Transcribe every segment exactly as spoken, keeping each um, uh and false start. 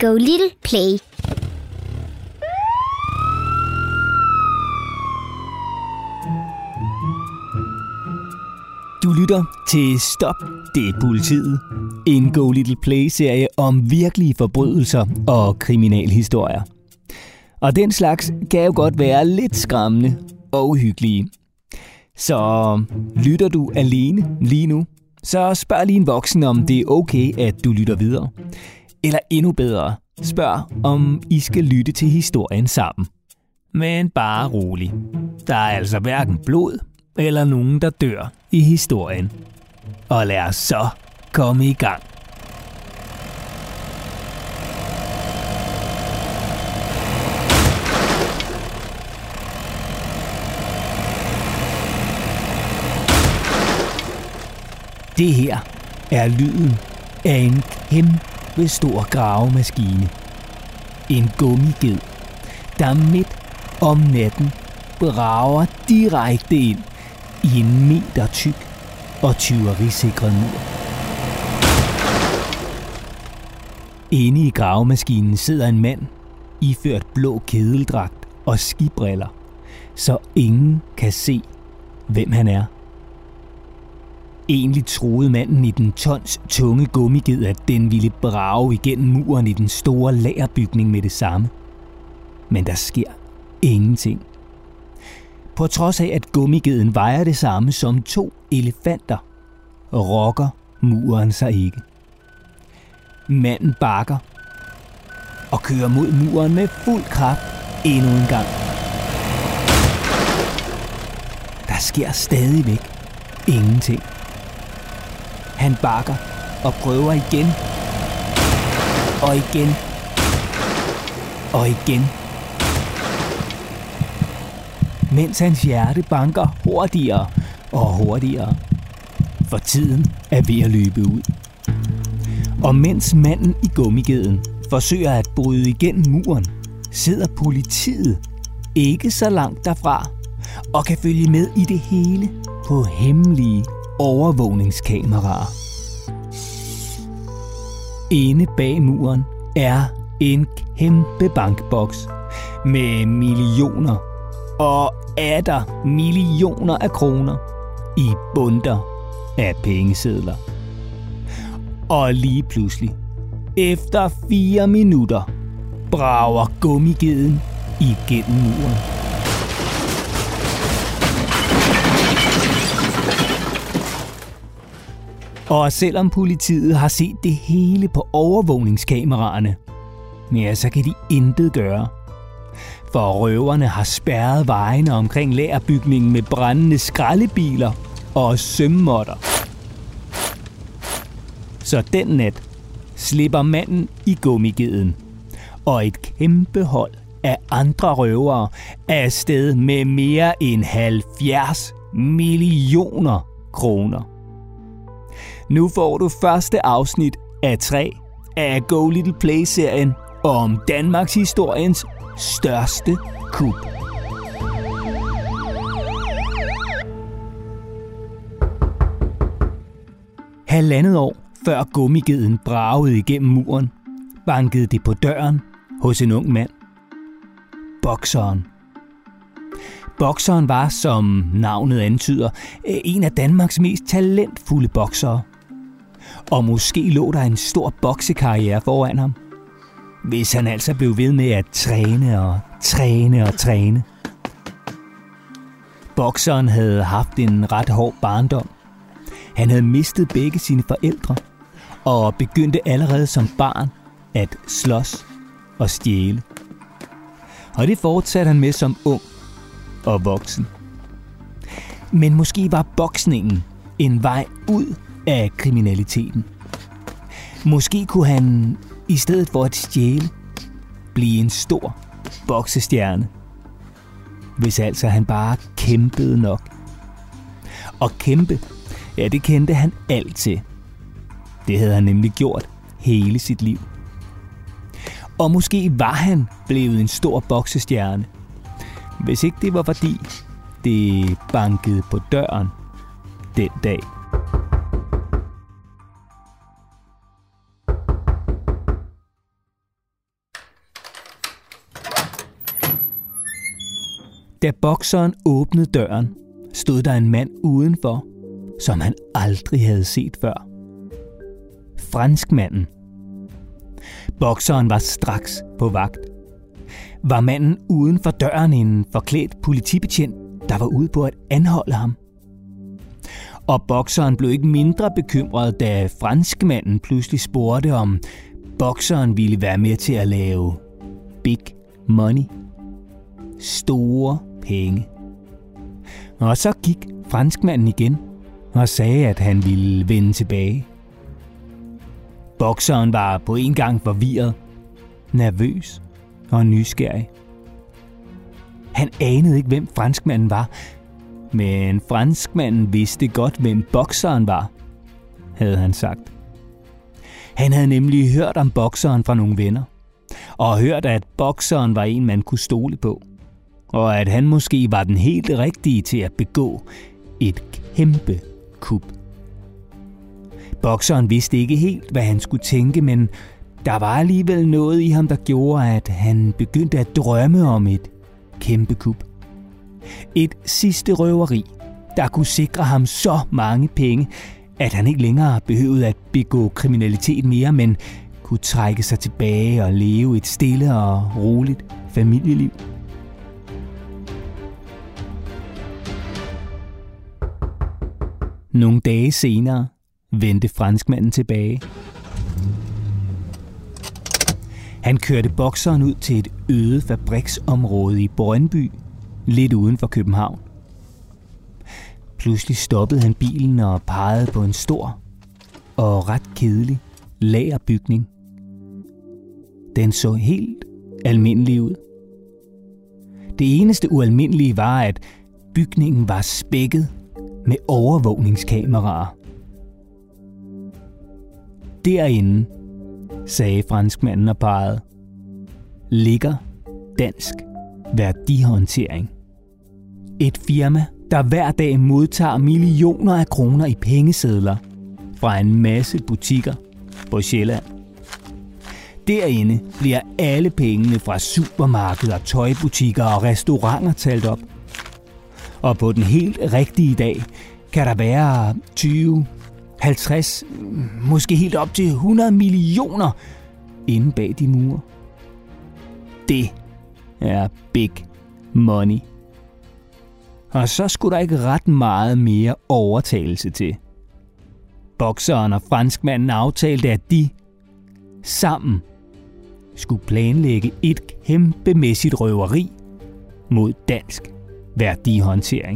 Go Little Play. Du lytter til Stop, det er politiet. En Go Little Play-serie om virkelige forbrydelser og kriminalhistorier. Og den slags kan jo godt være lidt skræmmende og uhyggelige. Så lytter du alene lige nu, så spørg lige en voksen, om det er okay, at du lytter videre. Eller endnu bedre, spørg, om I skal lytte til historien sammen. Men bare rolig. Der er altså hverken blod eller nogen, der dør i historien. Og lad os så komme i gang. Det her er lyden af en kæmpe stor gravemaskine. En gummiged, der midt om natten brager direkte ind i en meter tyk og tyverisikret mur. Inde i gravemaskinen sidder en mand iført blå kedeldragt og skibriller, så ingen kan se, hvem han er. Egentlig troede manden i den tons tunge gummiged, at den ville brage igennem muren i den store lagerbygning med det samme. Men der sker ingenting. På trods af, at gummigeden vejer det samme som to elefanter, rokker muren sig ikke. Manden bakker og kører mod muren med fuld kraft endnu en gang. Der sker stadigvæk ingenting. Han bakker og prøver igen og igen og igen, mens hans hjerte banker hurtigere og hurtigere, for tiden er ved at løbe ud. Og mens manden i gummigeden forsøger at bryde igennem muren, sidder politiet ikke så langt derfra og kan følge med i det hele på hemmelige overvågningskameraer. Inde bag muren er en kæmpe bankboks med millioner og atter millioner af kroner i bundter af pengesedler. Og lige pludselig, efter fire minutter, brager gummigeden igennem muren. Og selvom politiet har set det hele på overvågningskameraerne, ja, så kan de intet gøre. For røverne har spærret vejene omkring lagerbygningen med brændende skraldebiler og sømmotter. Så den nat slipper manden i gummigeden, og et kæmpe hold af andre røvere er afsted med mere end halvfjerds millioner kroner. Nu får du første afsnit af tre af Go Little Play-serien om Danmarks historiens største kup. Halvandet år før gummigeden bragede igennem muren, bankede det på døren hos en ung mand. Bokseren. Bokseren var, som navnet antyder, en af Danmarks mest talentfulde boksere. Og måske lå der en stor boksekarriere foran ham, hvis han altså blev ved med at træne og træne og træne. Bokseren havde haft en ret hård barndom. Han havde mistet begge sine forældre og begyndte allerede som barn at slås og stjæle. Og det fortsatte han med som ung og voksen. Men måske var boksningen en vej ud af kriminaliteten. Måske kunne han, i stedet for at stjæle, blive en stor boksestjerne. Hvis altså han bare kæmpede nok. Og kæmpe, ja, det kendte han alt til. Det havde han nemlig gjort hele sit liv. Og måske var han blevet en stor boksestjerne, hvis ikke det var fordi det bankede på døren den dag. Da bokseren åbnede døren, stod der en mand udenfor, som han aldrig havde set før. Franskmanden. Bokseren var straks på vagt. Var manden uden for døren en forklædt politibetjent, der var ude på at anholde ham? Og bokseren blev ikke mindre bekymret, da franskmanden pludselig spurgte, om bokseren ville være med til at lave big money. Store penge. Og så gik franskmanden igen og sagde, at han ville vende tilbage. Bokseren var på en gang forvirret, nervøs og nysgerrig. Han anede ikke, hvem franskmanden var, men franskmanden vidste godt, hvem bokseren var, havde han sagt. Han havde nemlig hørt om bokseren fra nogle venner, og hørt, at bokseren var en, man kunne stole på, og at han måske var den helt rigtige til at begå et kæmpe kup. Bokseren vidste ikke helt, hvad han skulle tænke, men der var alligevel noget i ham, der gjorde, at han begyndte at drømme om et kæmpe kup. Et sidste røveri, der kunne sikre ham så mange penge, at han ikke længere behøvede at begå kriminalitet mere, men kunne trække sig tilbage og leve et stille og roligt familieliv. Nogle dage senere vendte franskmanden tilbage. Han kørte bokseren ud til et øde fabriksområde i Brøndby, lidt uden for København. Pludselig stoppede han bilen og pegede på en stor og ret kedelig lagerbygning. Den så helt almindelig ud. Det eneste ualmindelige var, at bygningen var spækket med overvågningskameraer. Derinde, sagde franskmanden og pegede, ligger Dansk Værdihåndtering. Et firma, der hver dag modtager millioner af kroner i pengesedler fra en masse butikker på Sjælland. Derinde bliver alle pengene fra supermarkeder, tøjbutikker og restauranter talt op. Og på den helt rigtige dag kan der være tyve, halvtreds, måske helt op til hundrede millioner inde bag de mure. Det er big money. Og så skulle der ikke ret meget mere overtagelse til. Bokseren og franskmanden aftalte, at de sammen skulle planlægge et kæmpemæssigt røveri mod Dansk Værdihåndtering.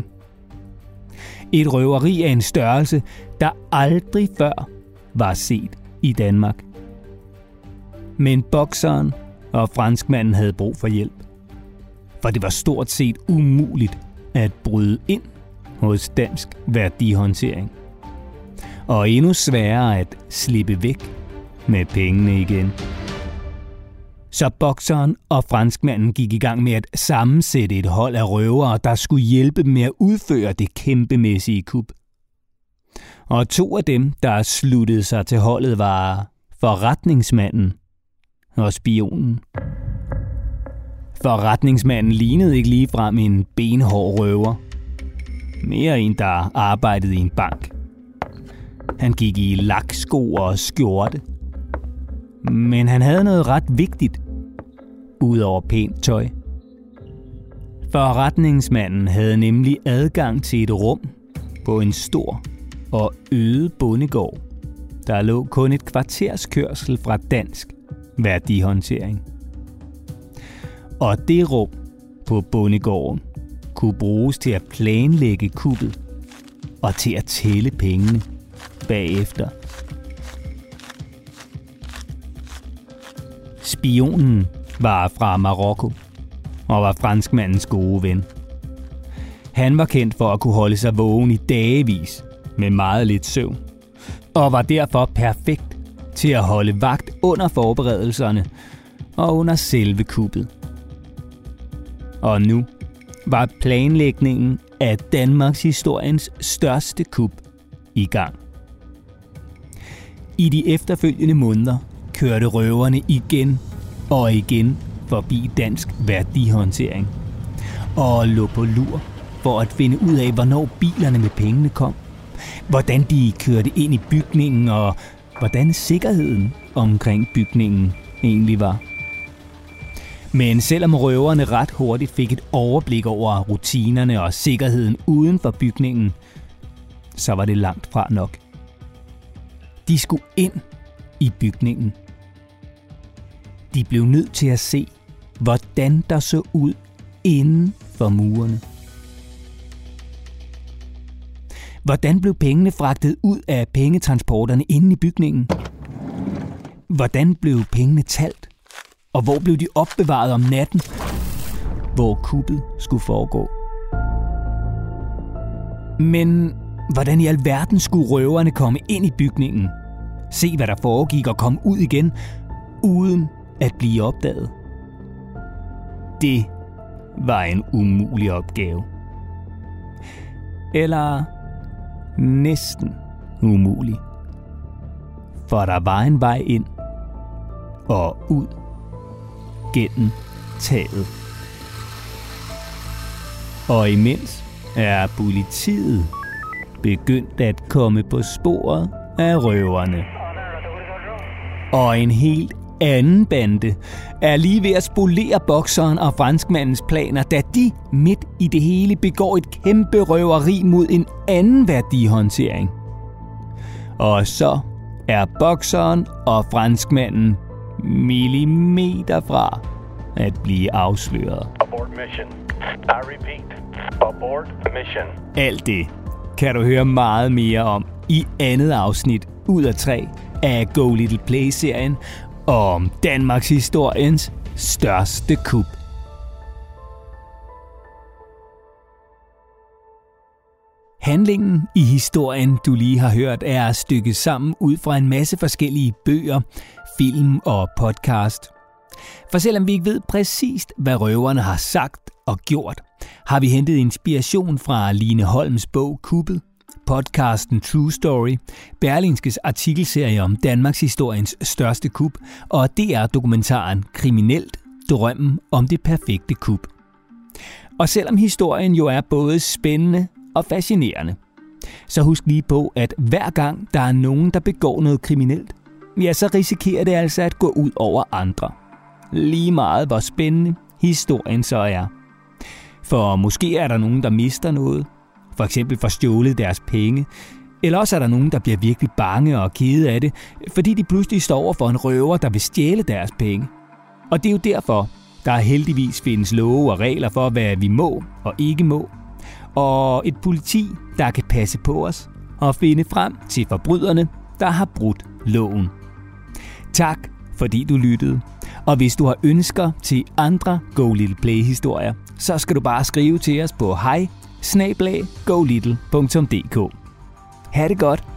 Et røveri af en størrelse, der aldrig før var set i Danmark. Men bokseren og franskmanden havde brug for hjælp, for det var stort set umuligt at bryde ind hos Dansk Værdihåndtering. Og endnu sværere at slippe væk med pengene igen. Så bokseren og franskmanden gik i gang med at sammensætte et hold af røvere, der skulle hjælpe dem med at udføre det kæmpemæssige kup. Og to af dem, der sluttede sig til holdet, var forretningsmanden og spionen. Forretningsmanden lignede ikke ligefrem en benhård røver. Mere en, der arbejdede i en bank. Han gik i laksko og skjorte. Men han havde noget ret vigtigt, udover pænt tøj. Forretningsmanden havde nemlig adgang til et rum på en stor og øde bondegård, der lå kun et kvarters kørsel fra Dansk Værdihåndtering. Og det rum på bondegården kunne bruges til at planlægge kuppet og til at tælle pengene bagefter. Spionen var fra Marokko og var franskmandens gode ven. Han var kendt for at kunne holde sig vågen i dagevis med meget lidt søvn, og var derfor perfekt til at holde vagt under forberedelserne og under selve kuppet. Og nu var planlægningen af Danmarks historiens største kup i gang. I de efterfølgende måneder kørte røverne igen og igen forbi Dansk Værdihåndtering. og lå på lur for at finde ud af, hvornår bilerne med pengene kom, hvordan de kørte ind i bygningen og hvordan sikkerheden omkring bygningen egentlig var. Men selvom røverne ret hurtigt fik et overblik over rutinerne og sikkerheden uden for bygningen, så var det langt fra nok. De skulle ind i bygningen. De blev nødt til at se, hvordan der så ud inden for murene. Hvordan blev pengene fragtet ud af pengetransporterne inde i bygningen? Hvordan blev pengene talt? Og hvor blev de opbevaret om natten, hvor kuppet skulle foregå? Men hvordan i alverden skulle røverne komme ind i bygningen, se hvad der foregik og komme ud igen, uden at blive opdaget? Det var en umulig opgave. Eller næsten umulig. For der var en vej ind og ud gennem taget. Og imens er politiet begyndt at komme på sporet af røverne. Og en helt anden bande er lige ved at spolere bokseren og franskmandens planer, da de midt i det hele begår et kæmpe røveri mod en anden værdihåndtering. Og så er bokseren og franskmanden millimeter fra at blive afsløret. Abort mission. I repeat. Abort mission. Alt det kan du høre meget mere om i andet afsnit ud af tre af Go Little Play-serien om Danmarks historiens største kup. Handlingen i historien, du lige har hørt, er stykket sammen ud fra en masse forskellige bøger, film og podcast. For selvom vi ikke ved præcist, hvad røverne har sagt og gjort, har vi hentet inspiration fra Line Holms bog Kuppet, podcasten True Story, Berlingskes artikelserie om Danmarks historiens største kup og D R-dokumentaren Kriminelt, drømmen om det perfekte kup. Og selvom historien jo er både spændende og fascinerende, så husk lige på, at hver gang der er nogen, der begår noget kriminelt, ja, så risikerer det altså at gå ud over andre. Lige meget hvor spændende historien så er. For måske er der nogen, der mister noget, for eksempel får stjålet deres penge, eller også er der nogen, der bliver virkelig bange og kede af det, fordi de pludselig står over for en røver, der vil stjæle deres penge. Og det er jo derfor, der heldigvis findes love og regler for, hvad vi må og ikke må, og et politi, der kan passe på os og finde frem til forbryderne, der har brudt loven. Tak, fordi du lyttede. Og hvis du har ønsker til andre Go Little Play-historier, så skal du bare skrive til os på hej snabel-a go little punktum d k. Ha' det godt!